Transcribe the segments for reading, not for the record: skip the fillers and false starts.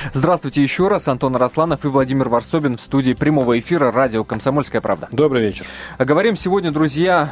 Здравствуйте еще раз. Антон Арасланов и Владимир Варсобин в студии прямого эфира радио «Комсомольская правда». Добрый вечер. Говорим сегодня, друзья,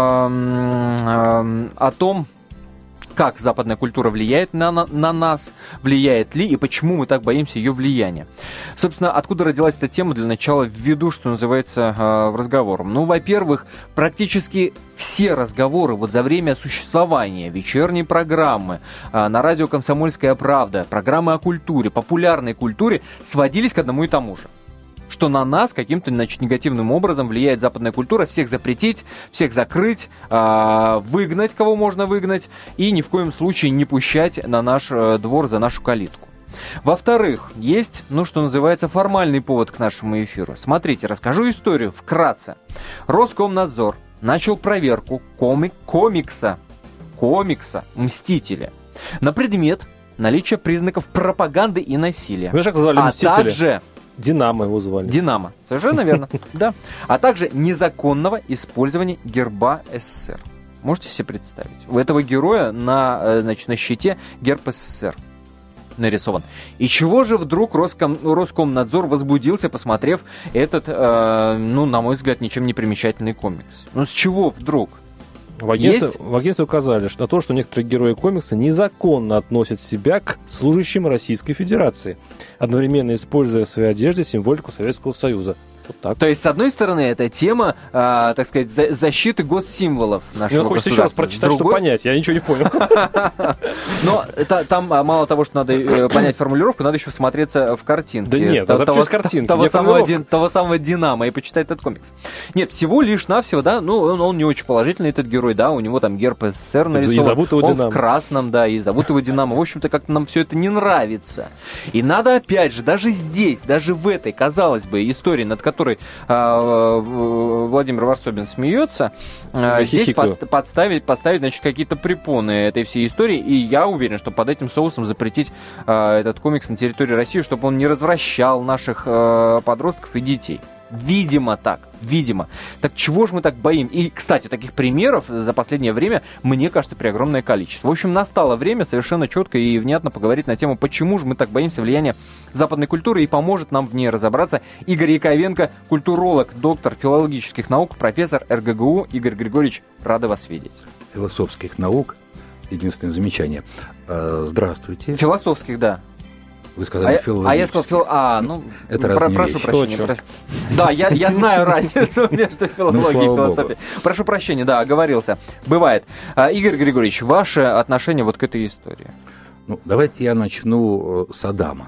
о том, как западная культура влияет на нас, влияет ли и почему мы так боимся ее влияния. Собственно, откуда родилась эта тема, для начала введу, что называется, в разговор. Ну, во-первых, практически все разговоры вот за время существования вечерней программы на радио «Комсомольская правда», программы о культуре, популярной культуре, сводились к одному и тому же. Что на нас каким-то, значит, негативным образом влияет западная культура, всех запретить, всех закрыть, выгнать, кого можно выгнать, и ни в коем случае не пущать на наш двор за нашу калитку. Во-вторых, есть, что называется, формальный повод к нашему эфиру. Смотрите, расскажу историю вкратце. Роскомнадзор начал проверку комикса «Мстители» на предмет наличия признаков пропаганды и насилия. Знаешь, как звали «Мстители»? Также... «Динамо» его звали. «Динамо». Совершенно верно. Да. А также незаконного использования герба СССР. Можете себе представить? У этого героя на щите герб СССР нарисован. И чего же вдруг Роскомнадзор возбудился, посмотрев этот, на мой взгляд, ничем не примечательный комикс? С чего вдруг? В агентстве указали на то, что некоторые герои комикса незаконно относят себя к служащим Российской Федерации, одновременно используя в своей одежде символику Советского Союза. Вот так. То есть, с одной стороны, это тема, так сказать, защиты госсимволов нашего государства. Хочется еще раз прочитать, чтобы понять. Я ничего не понял. Но там мало того, что надо понять формулировку, надо еще всмотреться в картинки. Да нет, вообще с картинки. Того самого «Динамо» и почитать этот комикс. Нет, всего лишь навсего, да, он не очень положительный, этот герой, да, у него там герб СССР нарисован. И зовут его «Динамо». Он в красном, да, и зовут его «Динамо». В общем-то, как-то нам все это не нравится. И надо, опять же, даже здесь, даже в этой, казалось бы, истории, над которой Владимир Варсобин смеется, здесь поставить, значит, какие-то препоны этой всей истории, и я уверен, что под этим соусом запретить этот комикс на территории России, чтобы он не развращал наших подростков и детей. Видимо так, видимо. Так чего же мы так боим? И, кстати, таких примеров за последнее время, мне кажется, преогромное количество. В общем, настало время совершенно четко и внятно поговорить на тему, почему же мы так боимся влияния западной культуры, и поможет нам в ней разобраться Игорь Яковенко, культуролог, доктор филологических наук, профессор РГГУ. Игорь Григорьевич, рады вас видеть. Философских наук. Единственное замечание. Здравствуйте. Философских, да. Вы сказали филологических. А я сказал это разные прошу вещи. прощения. Да, я знаю разницу между филологией и философией. Прошу прощения, да, оговорился. Бывает. Игорь Григорьевич, ваше отношение вот к этой истории? Давайте я начну с Адама.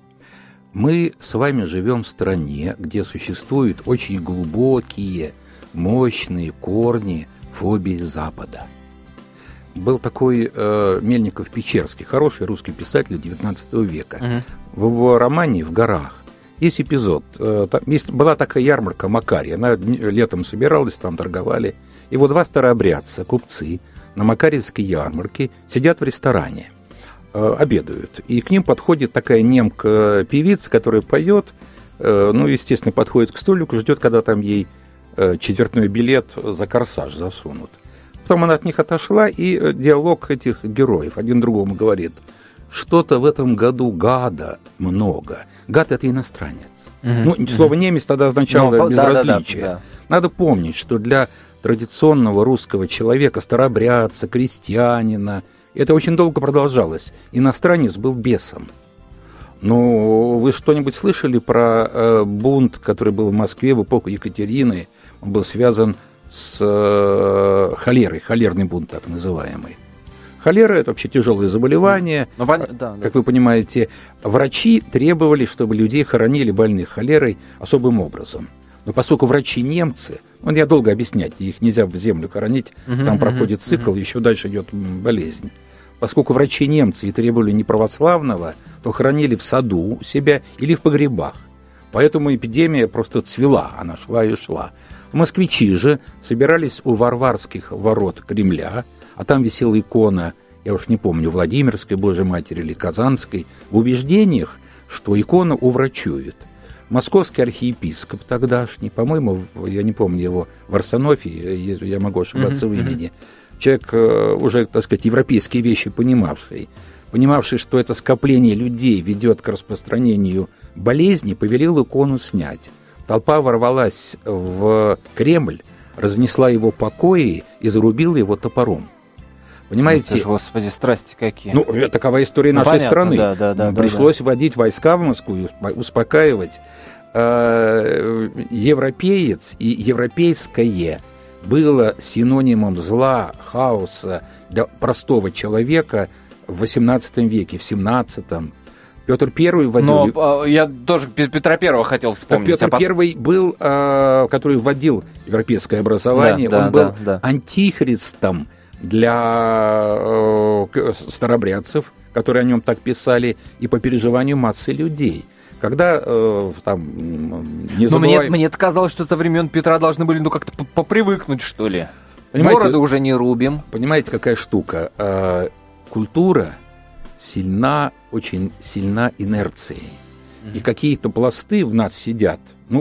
Мы с вами живем в стране, где существуют очень глубокие, мощные корни фобии Запада. Был такой Мельников-Печерский, хороший русский писатель XIX века. В его романе «В горах» есть эпизод. Была такая ярмарка Макарья. Она летом собиралась, там торговали. И вот два старообрядца, купцы, на Макарьевской ярмарке сидят в ресторане, обедают. И к ним подходит такая немка-певица, которая поет. Естественно, подходит к столику, ждет, когда там ей четвертной билет за корсаж засунут. Потом она от них отошла, и диалог этих героев. Один другому говорит: что-то в этом году гада много. Гад — это иностранец. Слово «немец» тогда означало безразличие. Да. Надо помнить, что для традиционного русского человека, старообрядца, крестьянина, это очень долго продолжалось. Иностранец был бесом. Вы что-нибудь слышали про бунт, который был в Москве в эпоху Екатерины? Он был связан с холерой, холерный бунт так называемый. Холера — это вообще тяжелое заболевание. Как вы понимаете, врачи требовали, чтобы людей хоронили больных холерой особым образом. Но поскольку врачи немцы, я долго объяснять, их нельзя в землю хоронить, там проходит цикл, еще дальше идет болезнь. Поскольку врачи немцы и требовали не православного, то хоронили в саду у себя или в погребах. Поэтому эпидемия просто цвела, она шла и шла. Москвичи же собирались у Варварских ворот Кремля, а там висела икона, я уж не помню, Владимирской Божьей Матери или Казанской, в убеждениях, что икона уврачует. Московский архиепископ тогдашний, по-моему, я не помню его, Варсонофий, я могу ошибаться в имени, человек уже, так сказать, европейские вещи понимавший, понимавший, что это скопление людей ведет к распространению болезни, повелел икону снять. Толпа ворвалась в Кремль, разнесла его покои и зарубила его топором. Понимаете? Это ж, господи, страсти какие. Ну, такова история нашей страны. Да, пришлось вводить войска в Москву и успокаивать. Европеец и европейское было синонимом зла, хаоса для простого человека в XVIII веке, в XVII. Петр I вводил... Но я тоже Петра I хотел вспомнить. Петр I был, который вводил европейское образование, он был антихристом для старобрядцев, которые о нем так писали, и по переживанию массы людей. Когда не забываем... Мне казалось, что со времен Петра должны были как-то попривыкнуть, что ли. Бороды уже не рубим. Понимаете, какая штука? Культура очень сильна инерцией. И какие-то пласты в нас сидят.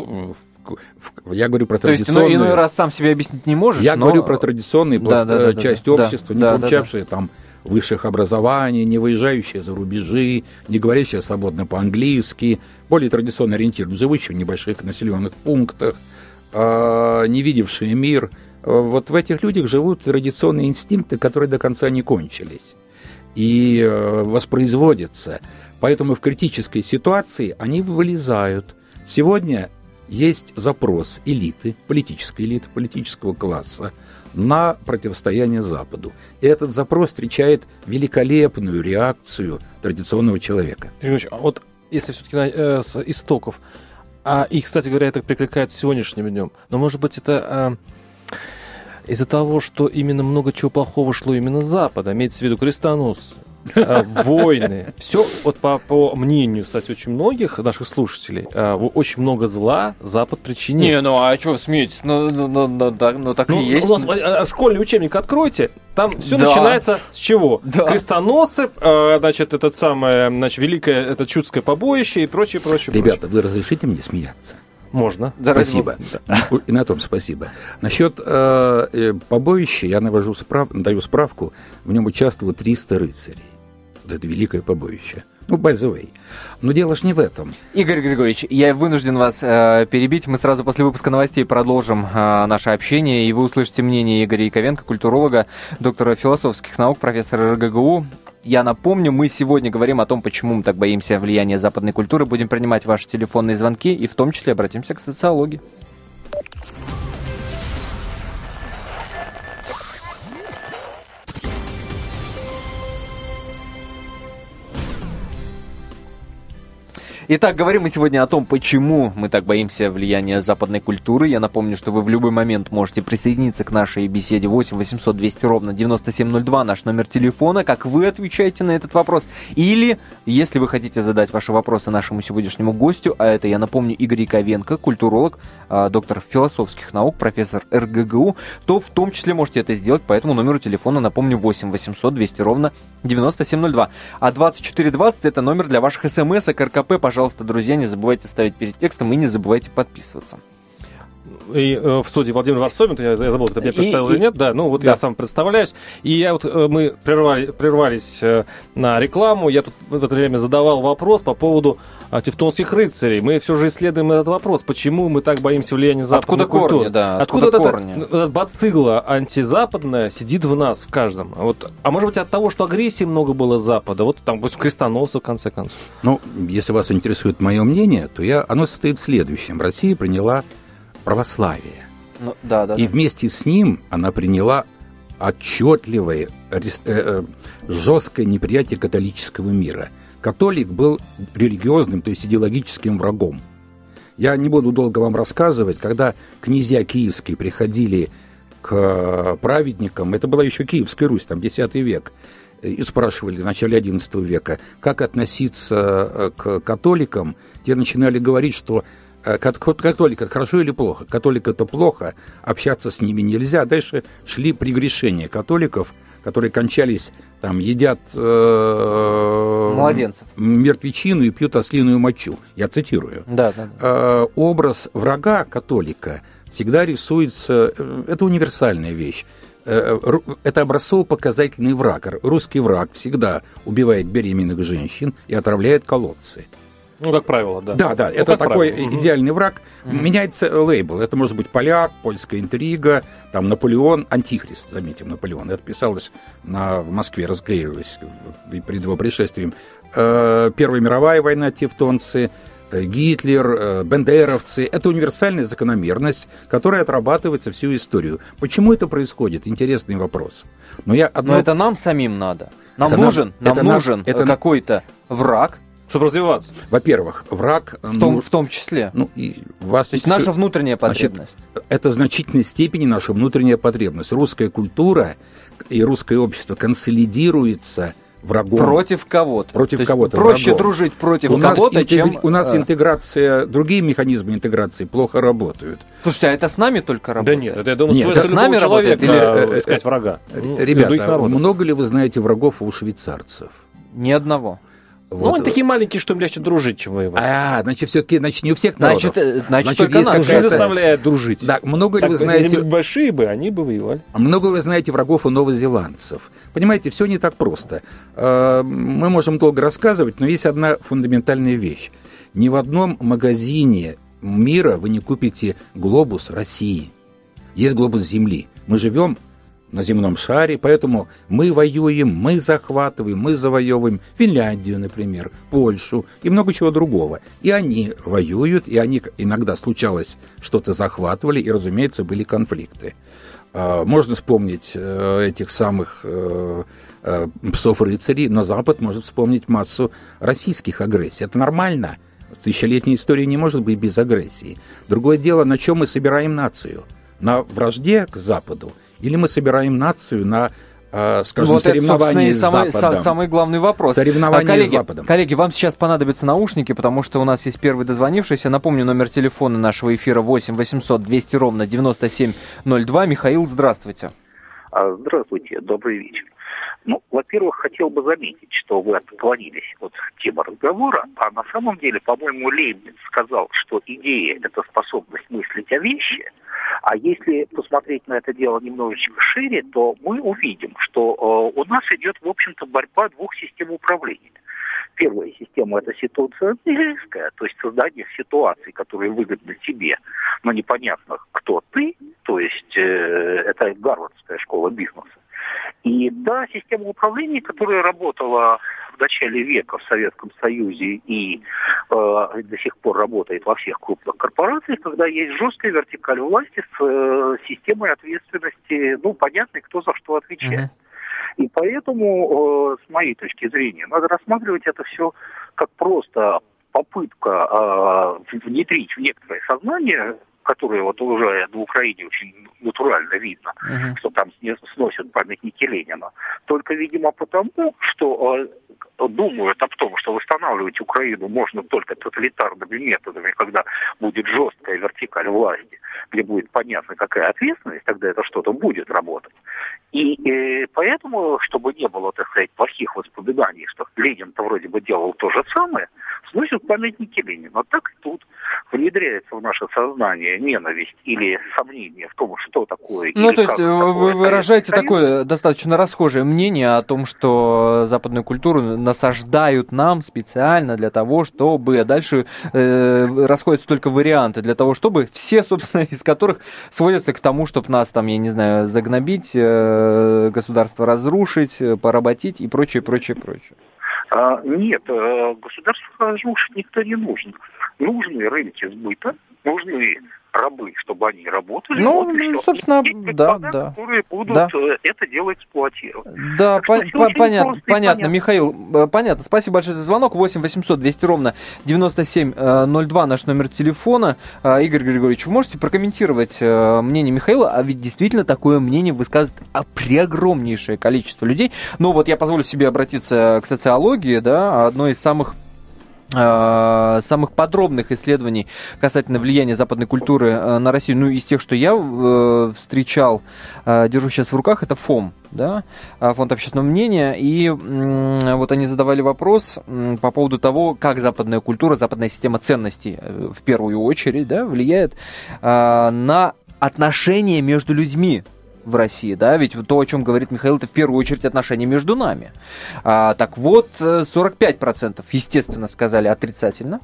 Я говорю про традиционную... То есть иной раз сам себе объяснить не можешь, говорю про традиционную часть общества, не получавшие там высших образований, не выезжающие за рубежи, не говорящие свободно по-английски, более традиционно ориентированные, живущие в небольших населенных пунктах, не видевшие мир. Вот в этих людях живут традиционные инстинкты, которые до конца не кончились и воспроизводятся. Поэтому в критической ситуации они вылезают. Сегодня есть запрос элиты, политической элиты, политического класса на противостояние Западу. И этот запрос встречает великолепную реакцию традиционного человека. А вот если все-таки с истоков, и, кстати говоря, это прикликает с сегодняшним днем, но, может быть, это из-за того, что именно много чего плохого шло именно с Запада, имеется в виду крестоносцы, войны. Все, вот по мнению, кстати, очень многих наших слушателей, очень много зла Запад причинил. Не, а что вы смеетесь? Так и есть. У нас школьный учебник откройте, там все начинается с чего? Да. Крестоносцы, великое это чудское побоище и прочее. Ребята, вы разрешите мне смеяться? Можно. Спасибо. И на том спасибо. Насчет побоища я даю справку, в нем участвовало 300 рыцарей. Вот это великое побоище. By the way. Но дело ж не в этом. Игорь Григорьевич, я вынужден вас перебить. Мы сразу после выпуска новостей продолжим наше общение, и вы услышите мнение Игоря Яковенко, культуролога, доктора философских наук, профессора РГГУ. Я напомню, мы сегодня говорим о том, почему мы так боимся влияния западной культуры. Будем принимать ваши телефонные звонки и в том числе обратимся к социологии. Итак, говорим мы сегодня о том, почему мы так боимся влияния западной культуры. Я напомню, что вы в любой момент можете присоединиться к нашей беседе 8 800 200 ровно 9702, наш номер телефона. Как вы отвечаете на этот вопрос? Или, если вы хотите задать ваши вопросы нашему сегодняшнему гостю, а это, я напомню, Игорь Яковенко, культуролог, доктор философских наук, профессор РГГУ, то в том числе можете это сделать по этому номеру телефона, напомню, 8 800 200 ровно 9702. А 2420 это номер для ваших смс-ок, РКП, пожалуйста, друзья, не забывайте ставить перед текстом и не забывайте подписываться. И в студии Владимир Варсобин, я забыл, ты меня представил или нет, я сам представляюсь. И мы прервались на рекламу, я тут в это время задавал вопрос по поводу тевтонских рыцарей. Мы все же исследуем этот вопрос, почему мы так боимся влияния западной культуры. Откуда корни? Эта бацилла антизападная сидит в нас, в каждом. А может быть от того, что агрессии много было с Запада, там крестоносцы в конце концов. Если вас интересует мое мнение, то оно состоит в следующем. Россия приняла православие. И вместе с ним она приняла отчетливое, жесткое неприятие католического мира. Католик был религиозным, то есть идеологическим врагом. Я не буду долго вам рассказывать, когда князья киевские приходили к праведникам, это была еще Киевская Русь, там X век, и спрашивали в начале XI века, как относиться к католикам, те начинали говорить, что католик – это хорошо или плохо? Католик – это плохо, общаться с ними нельзя. Дальше шли прегрешения католиков, которые кончались, едят младенцев, мертвечину и пьют ослиную мочу. Я цитирую. Образ врага католика всегда рисуется, это универсальная вещь, это образцово-показательный враг. Русский враг всегда убивает беременных женщин и отравляет колодцы. Ну, как правило, да. Да, да, это такой идеальный враг. Меняется лейбл. Это может быть поляк, польская интрига, там Наполеон, антихрист, заметим, Наполеон. Это писалось в Москве, разклеивалось перед его пришествием. Первая мировая война, тевтонцы, Гитлер, бендеровцы. Это универсальная закономерность, которая отрабатывается всю историю. Почему это происходит? Интересный вопрос. Но это нам самим надо. Нам нужен какой-то враг, чтобы развиваться. Во-первых, враг... В том числе. То есть наша внутренняя потребность. Значит, это в значительной степени наша внутренняя потребность. Русская культура и русское общество консолидируется врагом. Против кого-то. Против кого-то. Проще дружить против кого-то, чем... У нас интеграция, другие механизмы интеграции плохо работают. Слушайте, а это с нами только работает? Да нет, это, я думаю, это с нами работает? Или искать врага? Ребята, много ли вы знаете врагов у швейцарцев? Ни одного. Вот. Они такие маленькие, что им легче дружить, чем воевать. Значит, все-таки не у всех народов. Значит только нас не заставляет дружить. Да, много ли вы знаете... Если бы большие бы, они бы воевали. Много ли вы знаете врагов у новозеландцев? Понимаете, все не так просто. Мы можем долго рассказывать, но есть одна фундаментальная вещь. Ни в одном магазине мира вы не купите глобус России. Есть глобус Земли. Мы живем на земном шаре, поэтому мы воюем, мы захватываем, мы завоевываем Финляндию, например, Польшу и много чего другого. И они воюют, и они иногда случалось что-то захватывали, и, разумеется, были конфликты. Можно вспомнить этих самых псов-рыцарей, но Запад может вспомнить массу российских агрессий. Это нормально. Тысячелетняя история не может быть без агрессии. Другое дело, на чем мы собираем нацию? На вражде к Западу? Или мы собираем нацию на, скажем, соревнования с Западом? Самый главный вопрос. Соревнования с Западом. Коллеги, вам сейчас понадобятся наушники, потому что у нас есть первый дозвонившийся. Напомню, номер телефона нашего эфира 8 800 200 ровно 9702. Михаил, здравствуйте. Здравствуйте, добрый вечер. Во-первых, хотел бы заметить, что вы отклонились от темы разговора, а на самом деле, по-моему, Лейбниц сказал, что идея – это способность мыслить о вещи, а если посмотреть на это дело немножечко шире, то мы увидим, что у нас идет, в общем-то, борьба двух систем управления. Первая система – это ситуационистская, то есть создание ситуаций, которые выгодны тебе, но непонятно, кто ты, то есть это Гарвардская школа бизнеса. И та система управления, которая работала в начале века в Советском Союзе и до сих пор работает во всех крупных корпорациях, когда есть жесткая вертикаль власти с системой ответственности, понятно, кто за что отвечает. И поэтому, с моей точки зрения, надо рассматривать это все как просто попытка внедрить в некоторое сознание, которое уже на Украине очень натурально видно, что там сносят памятники Ленина. Только, видимо, потому, что думают о том, что восстанавливать Украину можно только тоталитарными методами, когда будет жесткая вертикаль власти, где будет понятно, какая ответственность, тогда это что-то будет работать. И поэтому, чтобы не было, так сказать, плохих воспоминаний, что Ленин-то вроде бы делал то же самое, сносят памятники Ленина. А так и тут внедряется в наше сознание ненависть или сомнение в том, что такое. То есть вы выражаете такое достаточно расхожее мнение о том, что западную культуру насаждают нам специально для того, чтобы... А дальше расходятся только варианты для того, чтобы все, собственно, из которых сводятся к тому, чтобы нас там, я не знаю, загнобить, государство разрушить, поработить и прочее, прочее, прочее. Нет, государство разрушить никто не нужен. Нужны рынки сбыта, нужны рабы, чтобы они работали. Собственно, да. Которые будут это дело эксплуатировать. Да, понятно, Михаил, понятно. Спасибо большое за звонок. 8 800 200 ровно 9702 наш номер телефона. Игорь Григорьевич, вы можете прокомментировать мнение Михаила? А ведь действительно такое мнение высказывает преогромнейшее количество людей. Но вот я позволю себе обратиться к социологии, да, одной из самых подробных исследований касательно влияния западной культуры на Россию, из тех, что я встречал, держу сейчас в руках, это ФОМ, да, Фонд общественного мнения, и вот они задавали вопрос по поводу того, как западная культура, западная система ценностей в первую очередь, да, влияет на отношения между людьми. в России, да, ведь то, о чем говорит Михаил, это в первую очередь отношения между нами. Так вот, 45%, естественно, сказали отрицательно,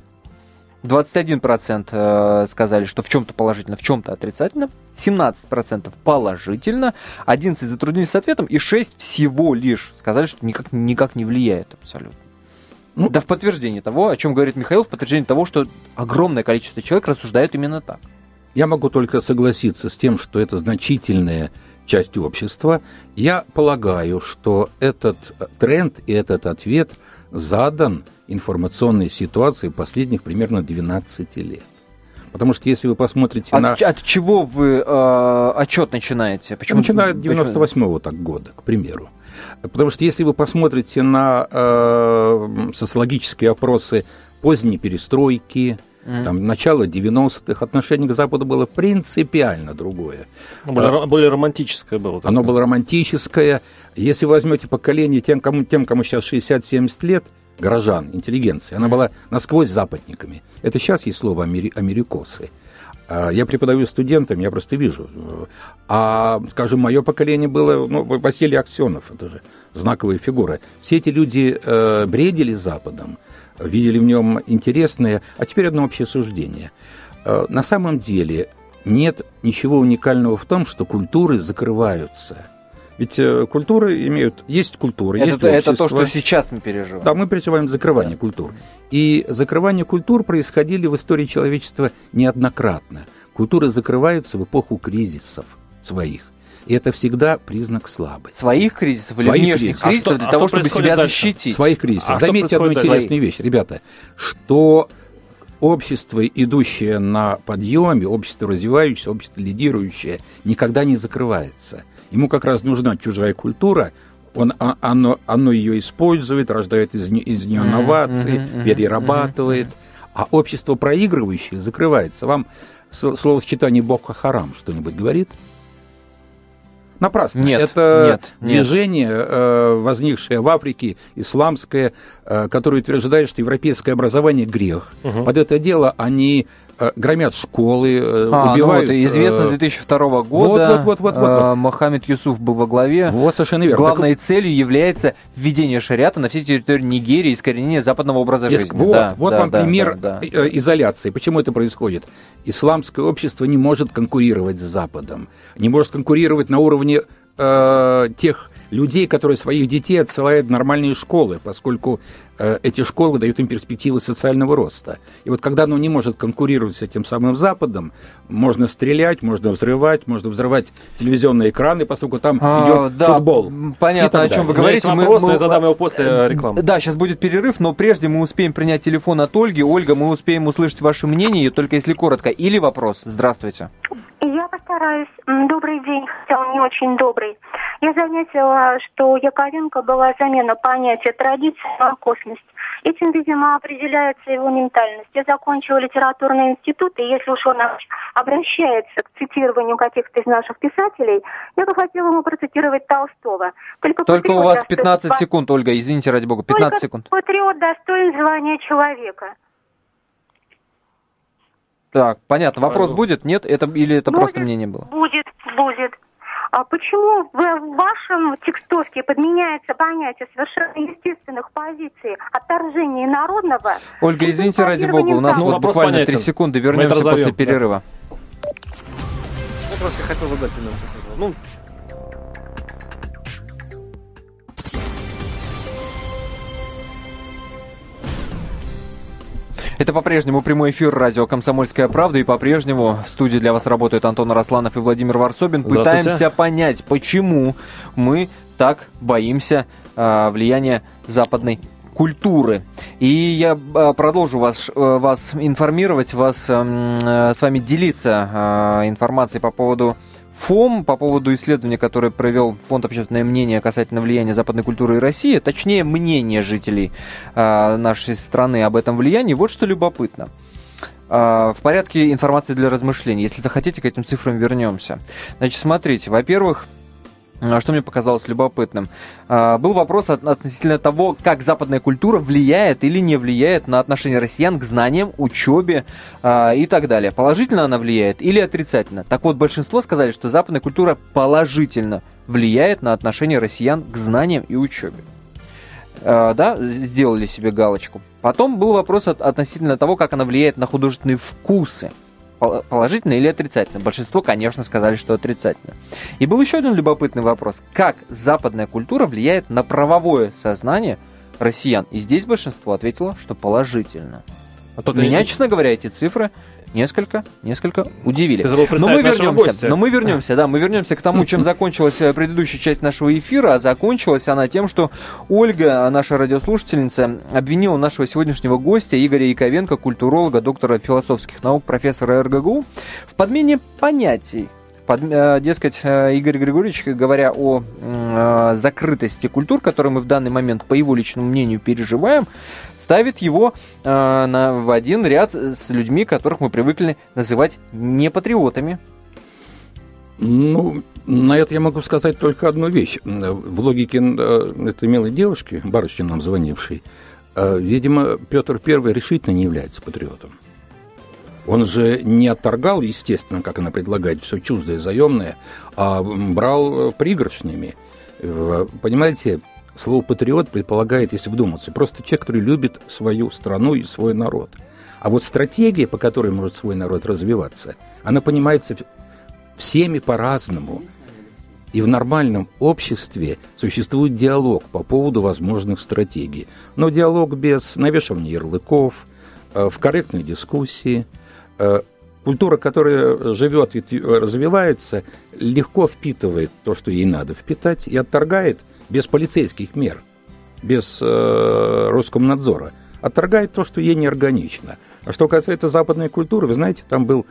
21% сказали, что в чем-то положительно, в чем-то отрицательно, 17% положительно, 11% затруднились с ответом, и 6% всего лишь сказали, что никак не влияет абсолютно. Ну, да, в подтверждение того, о чем говорит Михаил, в подтверждение того, что огромное количество человек рассуждают именно так. Я могу только согласиться с тем, что это значительная часть общества. Я полагаю, что этот тренд и этот ответ задан информационной ситуацией последних примерно 12 лет. Потому что если вы посмотрите От чего вы отчет начинаете? Почему? Начиная от 98-го года, к примеру. Потому что если вы посмотрите на социологические опросы поздней перестройки, там, начало 90-х, отношение к Западу было принципиально другое. Более романтическое было. Оно было романтическое. Если вы возьмете поколение тем, кому сейчас 60-70 лет, горожан, интеллигенции, она была насквозь западниками. Это сейчас есть слово «америкосы». Я преподаю студентам, я просто вижу. Скажем, мое поколение было, Василий Аксенов, это же знаковая фигура. Все эти люди бредили Западом, видели в нем интересное, а теперь одно общее суждение. На самом деле нет ничего уникального в том, что культуры закрываются. Ведь культуры есть культура, есть общество. Это то, что сейчас мы переживаем. Да, мы переживаем закрывание культур. И закрывание культур происходили в истории человечества неоднократно. Культуры закрываются в эпоху кризисов своих. И это всегда признак слабости. Своих кризисов или внешних кризисов для того, чтобы себя защитить? Своих кризисов. Заметьте одну интересную вещь, ребята, что общество, идущее на подъеме, общество развивающееся, общество лидирующее, никогда не закрывается. Ему как раз нужна чужая культура, оно ее использует, рождает из нее новации, перерабатывает, а общество проигрывающее закрывается. Вам словосочетание «Боко-Харам» что-нибудь говорит? Напрасно. Нет, это движение, возникшее в Африке, исламское, которое утверждает, что европейское образование – грех. Под это дело они громят школы, убивают... известно, с 2002 года Мохаммед Юсуф был во главе. Вот, совершенно верно. Главной целью является введение шариата на всей территории Нигерии и искоренение западного образа жизни. Вот вам пример изоляции. Почему это происходит? Исламское общество не может конкурировать с Западом, не может конкурировать на уровне тех людей, которые своих детей отсылают в нормальные школы, поскольку эти школы дают им перспективы социального роста. И вот когда оно не может конкурировать с этим самым Западом, можно стрелять, можно взрывать телевизионные экраны, поскольку там идет футбол. Понятно, о чем вы говорите. Я задам его после рекламы. Да, сейчас будет перерыв, но прежде мы успеем принять телефон от Ольги. Ольга, мы успеем услышать ваше мнение, только если коротко. Или вопрос. Здравствуйте. Я постараюсь. Добрый день, хотя он не очень добрый. Я заметила, что у Яковенко была замена понятия традиции на косность. Этим, видимо, определяется его ментальность. Я закончила литературный институт, и если уж он обращается к цитированию каких-то из наших писателей, я бы хотела ему процитировать Толстого. Только у вас 15 секунд, Ольга, извините, ради бога, 15 секунд. Патриот достоин звания человека. Так, понятно. Вопрос будет? Нет? Или это просто мнение было? Будет. А почему в вашем текстовке подменяется понятие совершенно естественных позиций отторжения народного? Ольга, извините, ради бога, у нас буквально 3 секунды, вернемся после перерыва. Я просто хотел задать немного. Это по-прежнему прямой эфир радио «Комсомольская правда», и по-прежнему в студии для вас работают Антон Арасланов и Владимир Варсобин. Пытаемся понять, почему мы так боимся влияния западной культуры. И я продолжу вас информировать, с вами делиться информацией по поводу ФОМ, по поводу исследования, которое провел Фонд «Общественное мнение» касательно влияния западной культуры и России, точнее, мнение жителей нашей страны об этом влиянии. Вот что любопытно. В порядке информации для размышлений. Если захотите, к этим цифрам вернемся. Значит, смотрите, во-первых, что мне показалось любопытным. Был вопрос относительно того, как западная культура влияет или не влияет на отношение россиян к знаниям, учебе и так далее. Положительно она влияет или отрицательно? Так вот, большинство сказали, что западная культура положительно влияет на отношение россиян к знаниям и учебе. Да, сделали себе галочку. Потом был вопрос относительно того, как она влияет на художественные вкусы. Положительно или отрицательно? Большинство, конечно, сказали, что отрицательно. И был еще один любопытный вопрос. Как западная культура влияет на правовое сознание россиян? И здесь большинство ответило, что положительно. Меня, честно говоря, эти цифры несколько удивили. Но мы вернемся к тому, чем закончилась предыдущая часть нашего эфира, а закончилась она тем, что Ольга, наша радиослушательница, обвинила нашего сегодняшнего гостя Игоря Яковенко, культуролога, доктора философских наук, профессора РГГУ, в подмене понятий. Дескать, Игорь Григорьевич, говоря о закрытости культур, которые мы в данный момент, по его личному мнению, переживаем, ставит его в один ряд с людьми, которых мы привыкли называть непатриотами. Ну, на это я могу сказать только одну вещь. В логике этой милой девушки, барышни нам звонившей, видимо, Петр I решительно не является патриотом. Он же не отторгал, естественно, как она предлагает, все чуждое, заемное, а брал пригоршнями. Понимаете, слово «патриот» предполагает, если вдуматься, просто человек, который любит свою страну и свой народ. А вот стратегия, по которой может свой народ развиваться, она понимается всеми по-разному. И в нормальном обществе существует диалог по поводу возможных стратегий. Но диалог без навешивания ярлыков, в корректной дискуссии. Культура, которая живет и развивается, легко впитывает то, что ей надо впитать, и отторгает без полицейских мер, без Роскомнадзора. Отторгает то, что ей неорганично. А что касается западной культуры, вы знаете, там был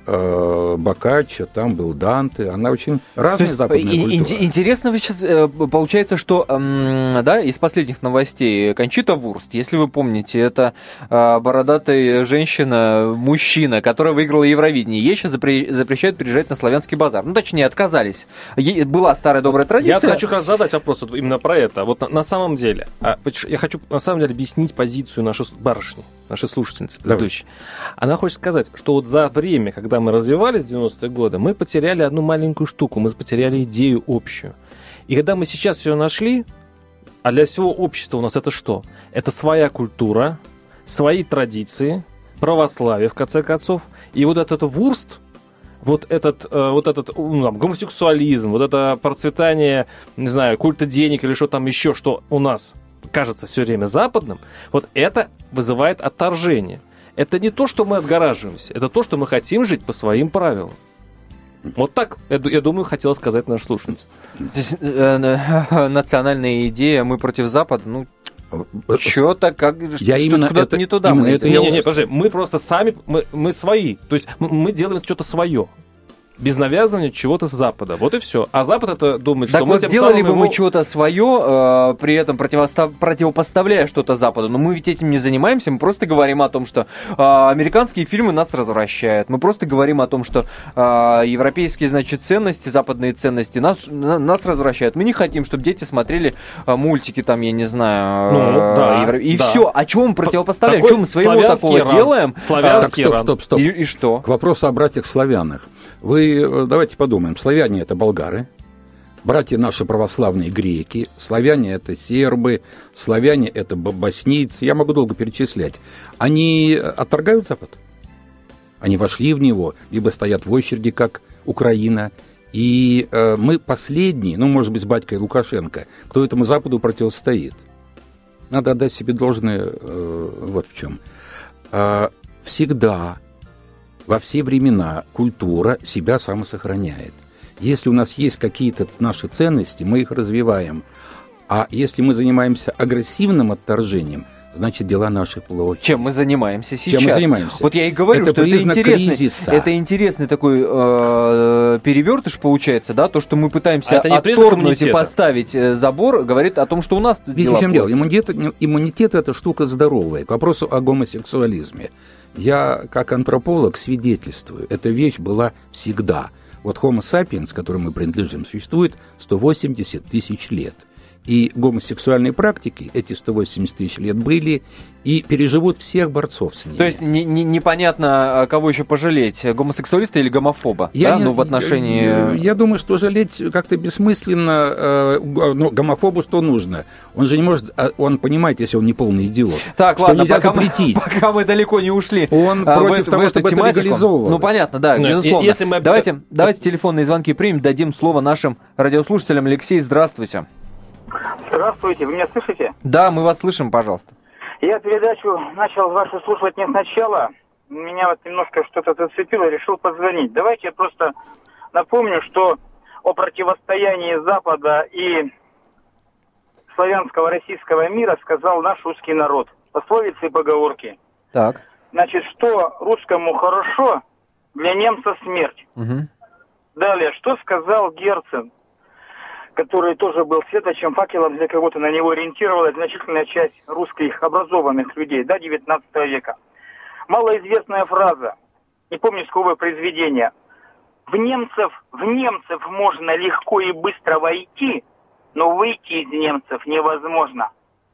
Боккаччо, там был Данте, она очень разная западная культура. Интересно вы сейчас, получается, что да, из последних новостей Кончита Вурст, если вы помните, это бородатая женщина, мужчина, которая выиграла Евровидение, ей сейчас запрещают приезжать на Славянский базар. Ну, точнее, отказались. Была старая добрая традиция. Я хочу задать вопрос вот именно про это. Вот на самом деле, я хочу на самом деле объяснить позицию нашей барышни, нашей слушательницы предыдущей. Она хочет сказать, что вот за время, когда мы развивались в 90-е годы, мы потеряли одну маленькую штуку, мы потеряли идею общую. И когда мы сейчас все нашли, а для всего общества у нас это что? Это своя культура, свои традиции, православие, в конце концов. И вот этот вурст, вот этот гомосексуализм, вот это процветание, не знаю, культа денег или что там еще, что у нас кажется все время западным, вот это вызывает отторжение. Это не то, что мы отгораживаемся, это то, что мы хотим жить по своим правилам. Вот так, я думаю, хотела сказать наша слушательница. Национальная идея «мы против Запада», ну, что-то куда-то не туда. Не, подожди, мы просто сами, мы свои, то есть мы делаем что-то свое. Без навязывания чего-то с Запада. Вот и все. А Запад это думает, что мы тем самым делали бы мы что-то свое, при этом противопоставляя что-то Западу. Но мы ведь этим не занимаемся. Мы просто говорим о том, что американские фильмы нас развращают. Мы просто говорим о том, что европейские, значит, ценности, западные ценности нас развращают. Мы не хотим, чтобы дети смотрели мультики, там, я не знаю, все. А чего мы противопоставляем? Чего мы своего такого делаем? Славянский ран. Стоп. И что? К вопросу о братьях-славянах. Давайте подумаем. Славяне – это болгары, братья наши православные – греки, славяне – это сербы, славяне – это боснийцы. Я могу долго перечислять. Они отторгают Запад? Они вошли в него, либо стоят в очереди, как Украина. И мы последние, может быть, с батькой Лукашенко, кто этому Западу противостоит. Надо отдать себе должное вот в чем. Всегда, во все времена культура себя самосохраняет. Если у нас есть какие-то наши ценности, мы их развиваем. А если мы занимаемся агрессивным отторжением, значит, дела наши плохи. Чем мы занимаемся сейчас? Чем мы занимаемся? Вот я и говорю, это что это интересный такой перевертыш получается, да, то, что мы пытаемся отторгнуть и поставить забор, говорит о том, что у нас дела плохи. Иммунитет – это штука здоровая. К вопросу о гомосексуализме. Я, как антрополог, свидетельствую, эта вещь была всегда. Вот Homo sapiens, которому мы принадлежим, существует 180 тысяч лет. И гомосексуальные практики эти 180 тысяч лет были и переживут всех борцов с ними. То есть непонятно, кого еще пожалеть, гомосексуалиста или гомофоба? В отношении... Я думаю, что жалеть как-то бессмысленно. Но гомофобу что нужно? Он же не может... Он понимает, если он не полный идиот. Так, что ладно, нельзя запретить. Пока мы далеко не ушли. Он против того, чтобы это легализовывалось. Ну, понятно, да, безусловно. Давайте телефонные звонки примем, дадим слово нашим радиослушателям. Алексей, здравствуйте. Здравствуйте, вы меня слышите? Да, мы вас слышим, пожалуйста. Я передачу начал вашу слушать не сначала. Меня вот немножко что-то зацепило, решил позвонить. Давайте я просто напомню, что о противостоянии Запада и славянского российского мира сказал наш русский народ. Пословицы и поговорки. Так. Значит, что русскому хорошо, для немца смерть. Угу. Далее, что сказал Герцен, который тоже был светочем, факелом, для кого-то на него ориентировалась значительная часть русских образованных людей, до 19 века. Малоизвестная фраза, не помню, с какого произведения. В немцев можно легко и быстро войти, но выйти из немцев невозможно.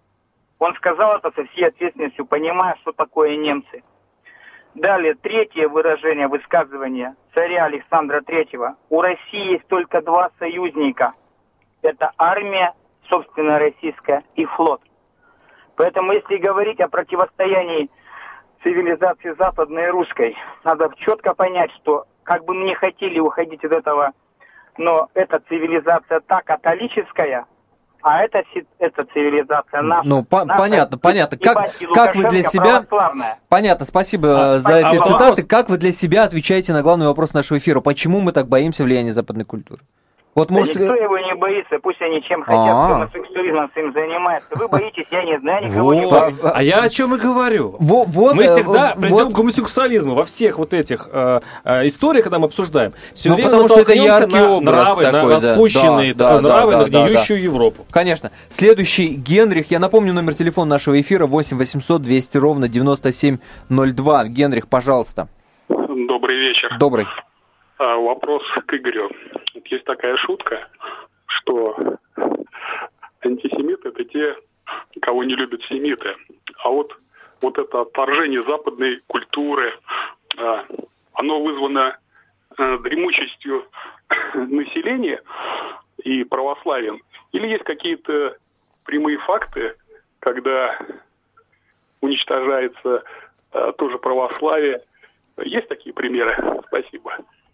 Он сказал это со всей ответственностью, понимая, что такое немцы. Далее, третье выражение, высказывание царя Александра III. У России есть только два союзника. Это армия, собственно, российская, и флот. Поэтому, если говорить о противостоянии цивилизации западной и русской, надо четко понять, что как бы мы не хотели уходить от этого, но эта цивилизация та католическая, а эта цивилизация наша. Ну, понятно. Как вы для себя... Понятно, спасибо за эти цитаты. Как вы для себя отвечаете на главный вопрос нашего эфира? Почему мы так боимся влияния западной культуры? Вот, может... Никто его не боится, пусть они чем хотят, гомосексуализмом своим занимаются. Вы боитесь, я не знаю, никого не боюсь. А я о чем и говорю. Мы всегда придем к гомосексуализму во всех вот этих историях, когда мы обсуждаем. Все время потому что это яркий образ нравы, такой, на распущенные нравы, на гниющую Европу. Конечно. Следующий Генрих. Я напомню номер телефона нашего эфира 8 800 200 ровно 9702. Генрих, пожалуйста. Добрый вечер. Добрый. Вопрос к Игорю. Есть такая шутка, что антисемиты – это те, кого не любят семиты. А вот это отторжение западной культуры, оно вызвано дремучестью населения и православием? Или есть какие-то прямые факты, когда уничтожается тоже православие? Есть такие примеры? Спасибо.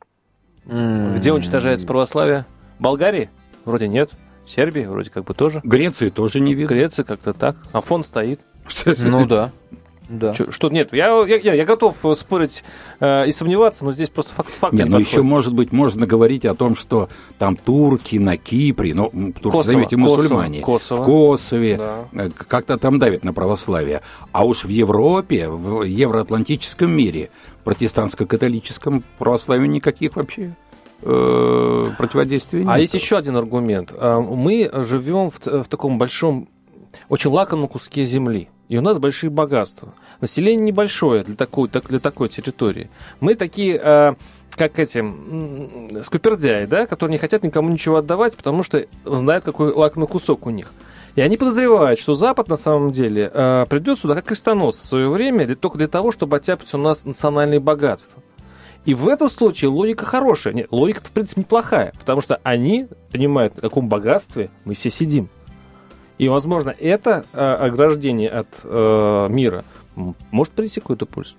Где уничтожается православие? В Болгарии? Вроде нет. В Сербии вроде как бы тоже. Греции тоже не видно. Греция как-то так. Афон стоит. Ну да. Что нет, я готов спорить и сомневаться, но здесь просто факт. Нет, но еще, может быть, можно говорить о том, что там турки на Кипре, турки, заметьте, мусульмане, в Косове, как-то там давят на православие. А уж в Европе, в евроатлантическом мире, протестантско-католическом православию никаких вообще противодействий нет. А есть еще один аргумент. Мы живем в таком большом, очень лакомом куске земли. И у нас большие богатства. Население небольшое для такой территории. Мы такие, как эти скупердяи, да, которые не хотят никому ничего отдавать, потому что знают, какой лакомый кусок у них. И они подозревают, что Запад на самом деле придет сюда как крестонос в свое время только для того, чтобы оттяпать у нас национальные богатства. И в этом случае логика хорошая. Нет, логика-то, в принципе, неплохая, потому что они понимают, в каком богатстве мы все сидим. И, возможно, это ограждение от мира может принести какую-то пользу.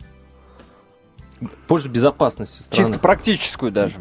Пользу безопасности страны. Чисто практическую даже.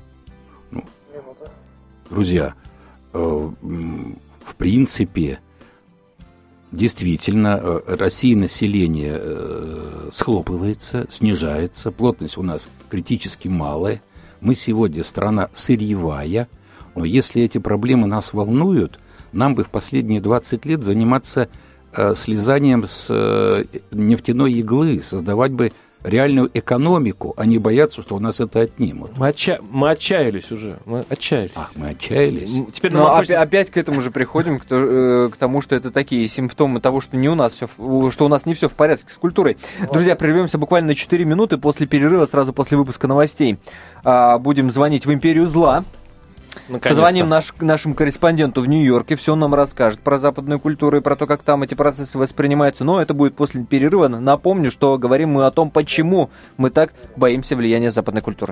Друзья, в принципе, действительно, Россия население схлопывается, снижается, плотность у нас критически малая. Мы сегодня страна сырьевая, но если эти проблемы нас волнуют, нам бы в последние 20 лет заниматься слезанием с нефтяной иглы, создавать бы реальную экономику, они боятся, что у нас это отнимут. Мы отчаялись уже. Мы отчаялись. Ах, мы отчаялись. Теперь Но опять к этому же приходим, к тому, что это такие симптомы того, что не у нас все, что у нас не все в порядке с культурой. Друзья, прервемся буквально на 4 минуты после перерыва, сразу после выпуска новостей. Будем звонить в «Империю зла». Позвоним нашему корреспонденту в Нью-Йорке, все он нам расскажет про западную культуру и про то, как там эти процессы воспринимаются. Но это будет после перерыва. Напомню, что говорим мы о том, почему мы так боимся влияния западной культуры.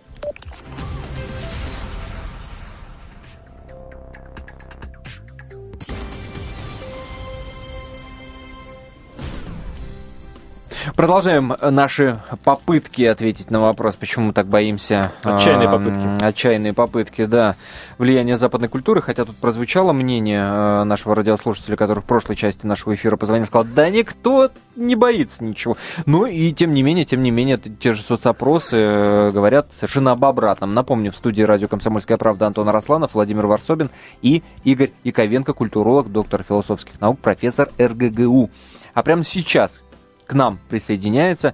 Продолжаем наши попытки ответить на вопрос, почему мы так боимся. Отчаянные попытки, да, влияния западной культуры. Хотя тут прозвучало мнение нашего радиослушателя, который в прошлой части нашего эфира позвонил, сказал, да никто не боится ничего. Ну и тем не менее, те же соцопросы говорят совершенно об обратном. Напомню, в студии радио «Комсомольская правда» Антон Арасланов, Владимир Варсобин и Игорь Яковенко, культуролог, доктор философских наук, профессор РГГУ. А прямо сейчас к нам присоединяется.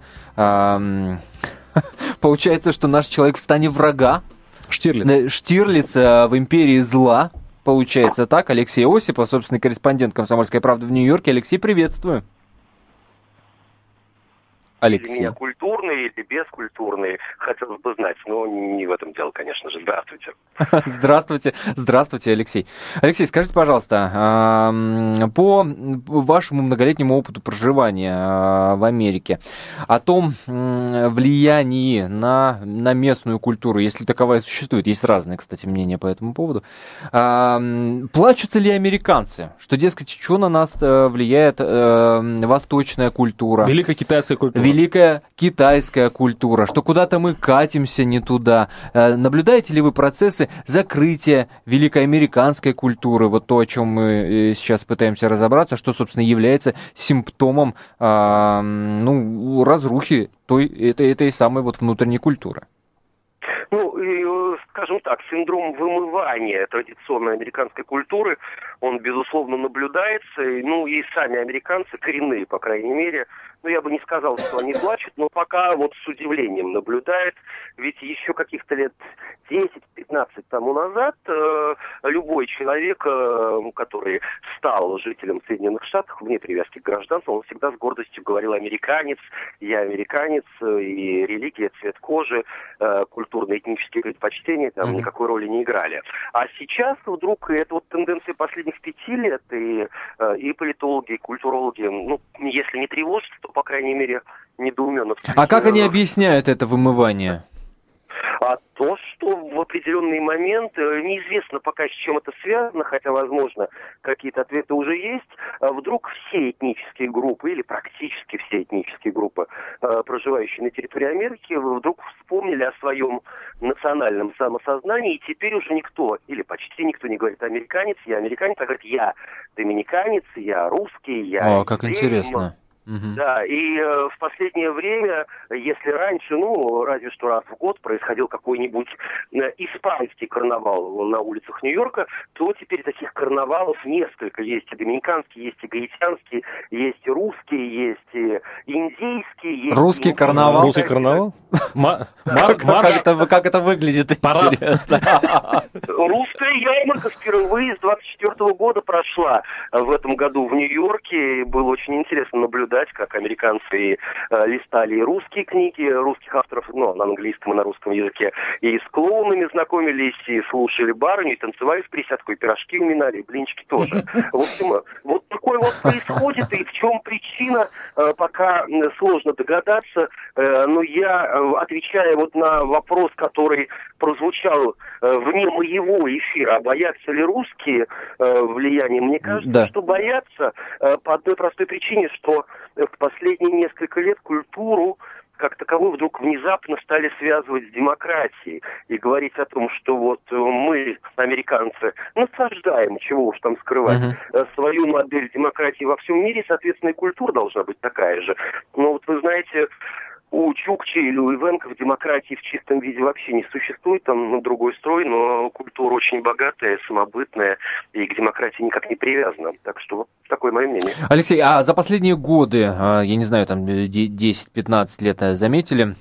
Получается, что наш человек в стане врага. Штирлиц в «Империи зла». Получается так. Алексей Осипов, собственный корреспондент «Комсомольской правды» в Нью-Йорке. Алексей, приветствую. Алексей. Меня культурные или бескультурные, хотелось бы знать, но не в этом дело, конечно же. Здравствуйте. Здравствуйте, Алексей. Алексей, скажите, пожалуйста, по вашему многолетнему опыту проживания в Америке, о том влиянии на местную культуру, если таковая существует, есть разные, кстати, мнения по этому поводу, плачутся ли американцы, что, дескать, что на нас влияет восточная культура? Великая китайская культура. Великая китайская культура, что куда-то мы катимся не туда. Наблюдаете ли вы процессы закрытия великой американской культуры, вот то, о чем мы сейчас пытаемся разобраться, что, собственно, является симптомом разрухи этой самой вот внутренней культуры? Скажем так, синдром вымывания традиционной американской культуры, он, безусловно, наблюдается, и сами американцы, коренные, по крайней мере, я бы не сказал, что они плачут, но пока вот с удивлением наблюдают, ведь еще каких-то лет 10-15 тому назад любой человек, который стал жителем Соединенных Штатов, вне привязки к гражданству, он всегда с гордостью говорил «американец», «я американец», и религия, цвет кожи, культурно-этнические предпочтения там никакой роли не играли. А сейчас вдруг, это вот тенденция последних 5 лет, и политологи, и культурологи, если не тревожат, то, по крайней мере, недоуменно. А как они объясняют это вымывание? А то, что в определенный момент, неизвестно пока с чем это связано, хотя, возможно, какие-то ответы уже есть, вдруг все этнические группы, или практически все этнические группы, проживающие на территории Америки, вдруг вспомнили о своем национальном самосознании, и теперь уже никто, или почти никто не говорит «американец», а говорит «я доминиканец», «я русский», «я...» О, как интересно. Да, и в последнее время, если раньше, разве что раз в год происходил какой-нибудь испанский карнавал на улицах Нью-Йорка, то теперь таких карнавалов несколько. Есть и доминиканский, есть и гаитянский, есть и русский, есть и индейский. Есть русский карнавал? Русский карнавал? Как это выглядит, интересно. Русская ярмарка впервые с 24 года прошла в этом году в Нью-Йорке. Было очень интересно наблюдать, как американцы листали и русские книги русских авторов, на английском и на русском языке, и с клоунами знакомились, и слушали барыню, и танцевали в присядку, и пирожки уминали, и блинчики тоже. В общем, вот такое вот происходит, и в чем причина, пока сложно догадаться, но я, отвечая вот на вопрос, который прозвучал вне моего эфира, боятся ли русские влияния, мне кажется, что боятся по одной простой причине, что в последние несколько лет культуру как таковую вдруг внезапно стали связывать с демократией и говорить о том, что вот мы, американцы, насаждаем, чего уж там скрывать, свою модель демократии во всем мире, соответственно, и культура должна быть такая же. Но вот вы знаете, у Чукчи или у Ивенков демократии в чистом виде вообще не существует, там другой строй, но культура очень богатая, самобытная, и к демократии никак не привязана. Так что вот такое мое мнение. Алексей, а за последние годы, я не знаю, там 10-15 лет заметили,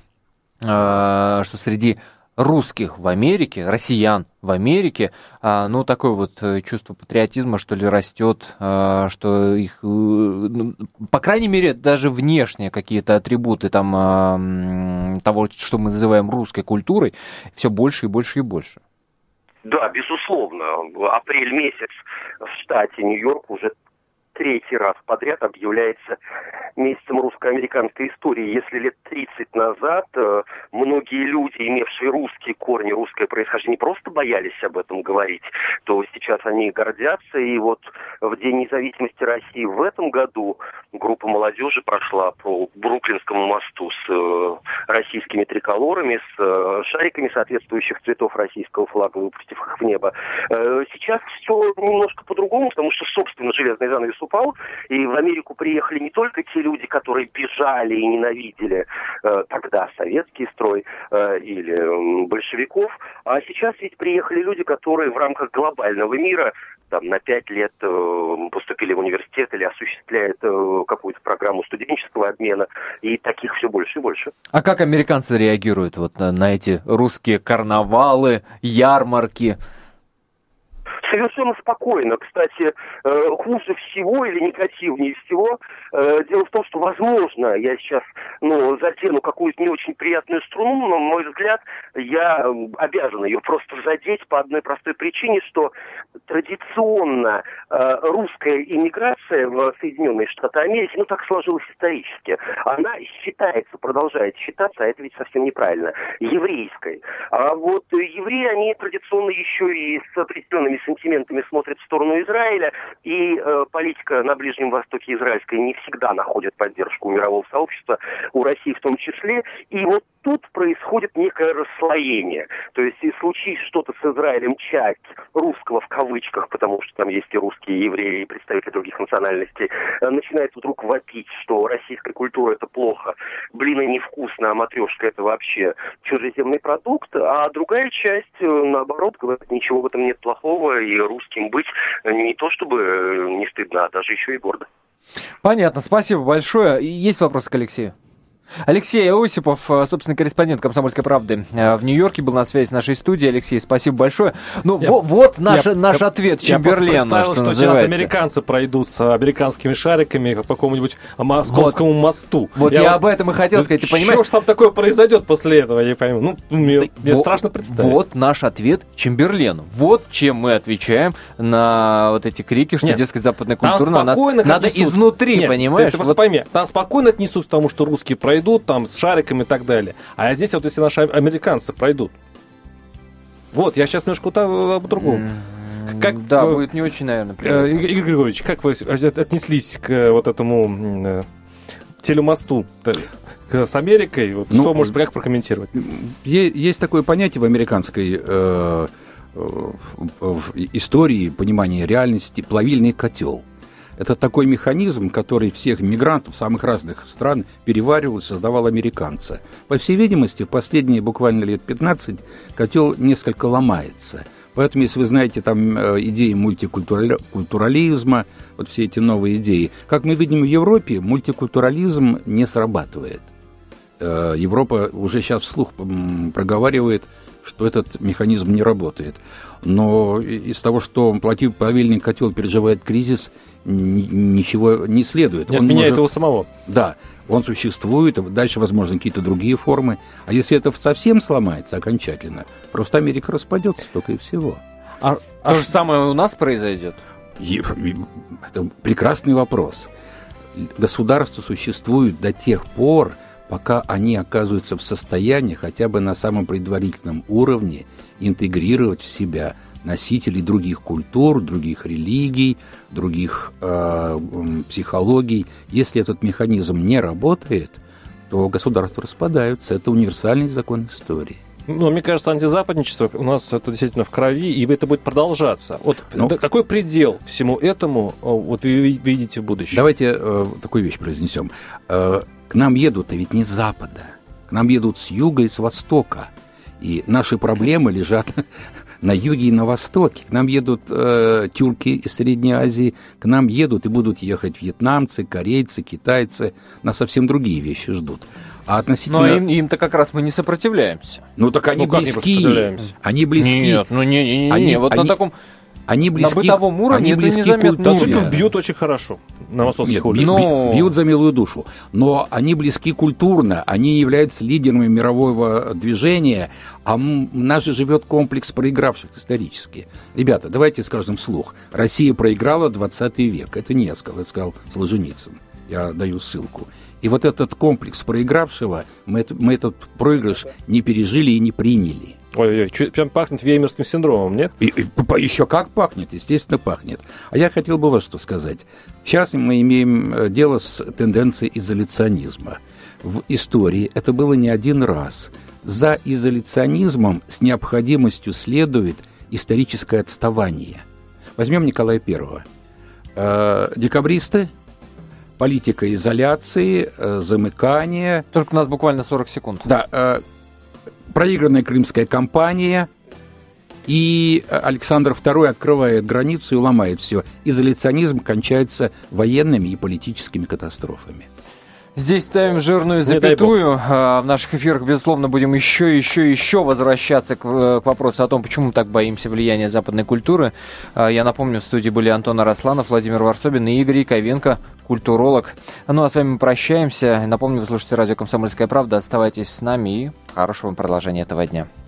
что среди русских в Америке, россиян в Америке, ну, такое вот чувство патриотизма, что ли, растет, что их, по крайней мере, даже внешние какие-то атрибуты там того, что мы называем русской культурой, все больше и больше и больше. Да, безусловно. Апрель месяц в штате Нью-Йорк уже третий раз подряд объявляется месяцем русско-американской истории. Если лет 30 назад многие люди, имевшие русские корни, русское происхождение, просто боялись об этом говорить, то сейчас они гордятся. И вот в День независимости России в этом году группа молодежи прошла по Бруклинскому мосту с российскими триколорами, с шариками соответствующих цветов российского флага, выпустив их в небо. Сейчас все немножко по-другому, потому что, собственно, железный занавес упал, и в Америку приехали не только те люди, которые бежали и ненавидели тогда советский строй или большевиков, а сейчас ведь приехали люди, которые в рамках глобального мира там, на 5 лет поступили в университет или осуществляют какую-то программу студенческого обмена, и таких все больше и больше. А как американцы реагируют вот на эти русские карнавалы, ярмарки? Совершенно спокойно. Кстати, хуже всего или негативнее всего, дело в том, что, возможно, я сейчас задену какую-то не очень приятную струну, но, на мой взгляд, я обязан ее просто задеть по одной простой причине, что традиционно русская иммиграция в Соединенные Штаты Америки, так сложилось исторически, она считается, продолжает считаться, а это ведь совсем неправильно, еврейской. А вот евреи, они традиционно еще и с определенными сантиментами смотрят в сторону Израиля, и политика на Ближнем Востоке израильская не всегда находит поддержку у мирового сообщества, у России в том числе, и вот тут происходит некое расслоение. То есть, и случись что-то с Израилем, часть русского в кавычках, потому что там есть и русские, и евреи, и представители других национальностей, начинает вдруг вопить, что российская культура это плохо, блины невкусно, а матрешка это вообще чужеземный продукт, а другая часть, наоборот, говорит, ничего в этом нет плохого, и русским быть не то чтобы не стыдно, а даже еще и гордо. Понятно, спасибо большое. Есть вопросы к Алексею? Алексей Осипов, собственно, корреспондент «Комсомольской правды» в Нью-Йорке, был на связи с нашей студией. Алексей, спасибо большое. Вот наш ответ Чемберлена, что называется. Сейчас американцы пройдут с американскими шариками по какому-нибудь Московскому мосту. Я об этом и хотел сказать, ты понимаешь? Что ж там такое произойдет после этого, я не пойму. Мне страшно представить. Вот наш ответ Чемберлену. Вот чем мы отвечаем на вот эти крики, что, дескать, западная культура на нас надо изнутри, понимаешь? Ты просто пойми, там спокойно отнесутся к тому, что русские пройдут там с шариками и так далее. А здесь вот если наши американцы пройдут. Вот, я сейчас немножко об другом. Будет не очень, наверное, приятно. Игорь Григорьевич, как вы отнеслись к вот этому телемосту с Америкой? Что можете как прокомментировать? Есть такое понятие в американской истории, понимании реальности, плавильный котел. Это такой механизм, который всех мигрантов самых разных стран переваривал и создавал американца. По всей видимости, в последние буквально лет 15 котел несколько ломается. Поэтому, если вы знаете там идеи мультикультурализма, вот все эти новые идеи, как мы видим в Европе, мультикультурализм не срабатывает. Европа уже сейчас вслух проговаривает, что этот механизм не работает. Но из того, что плавильный котел переживает кризис, ничего не следует. Он меняет его самого. Да, он существует, дальше, возможно, какие-то другие формы. А если это совсем сломается окончательно, просто Америка распадется только и всего. То же самое у нас произойдет? Это прекрасный вопрос. Государства существуют до тех пор, пока они оказываются в состоянии хотя бы на самом предварительном уровне интегрировать в себя носителей других культур, других религий, других психологий. Если этот механизм не работает, то государства распадаются. Это универсальный закон истории. Мне кажется, антизападничество у нас это действительно в крови, и это будет продолжаться. Какой предел всему этому вы видите в будущем? Давайте такую вещь произнесем. К нам едут, а ведь не с Запада. К нам едут с юга и с востока. И наши проблемы лежат на юге и на востоке. К нам едут тюрки из Средней Азии, к нам едут и будут ехать вьетнамцы, корейцы, китайцы. Нас совсем другие вещи ждут. А относительно... Но им-то как раз мы не сопротивляемся. Ну так они близки. Они близки. Нет, на таком... Они близки, на бытовом уровне это незаметно. Тацуков бьют очень хорошо на восточных улицах. Бьют за милую душу. Но они близки культурно, они являются лидерами мирового движения, а у нас же живет комплекс проигравших исторически. Ребята, давайте скажем вслух. Россия проиграла 20 век. Это не я сказал, это сказал Солженицын. Я даю ссылку. И вот этот комплекс проигравшего, мы этот проигрыш не пережили и не приняли. Ой-ой-ой, прям пахнет веймарским синдромом, нет? Еще как пахнет, естественно, пахнет. А я хотел бы вот что сказать. Сейчас мы имеем дело с тенденцией изоляционизма. В истории это было не один раз. За изоляционизмом с необходимостью следует историческое отставание. Возьмем Николая I. Декабристы, политика изоляции, замыкания. Только у нас буквально 40 секунд. Да, проигранная Крымская кампания, и Александр II открывает границу и ломает все. Изоляционизм кончается военными и политическими катастрофами. Здесь ставим жирную запятую. В наших эфирах, безусловно, будем еще возвращаться к вопросу о том, почему мы так боимся влияния западной культуры. Я напомню, в студии были Антон Арасланов, Владимир Варсобин и Игорь Яковенко, культуролог. Ну а с вами мы прощаемся. Напомню, вы слушаете радио «Комсомольская правда». Оставайтесь с нами и хорошего продолжения этого дня.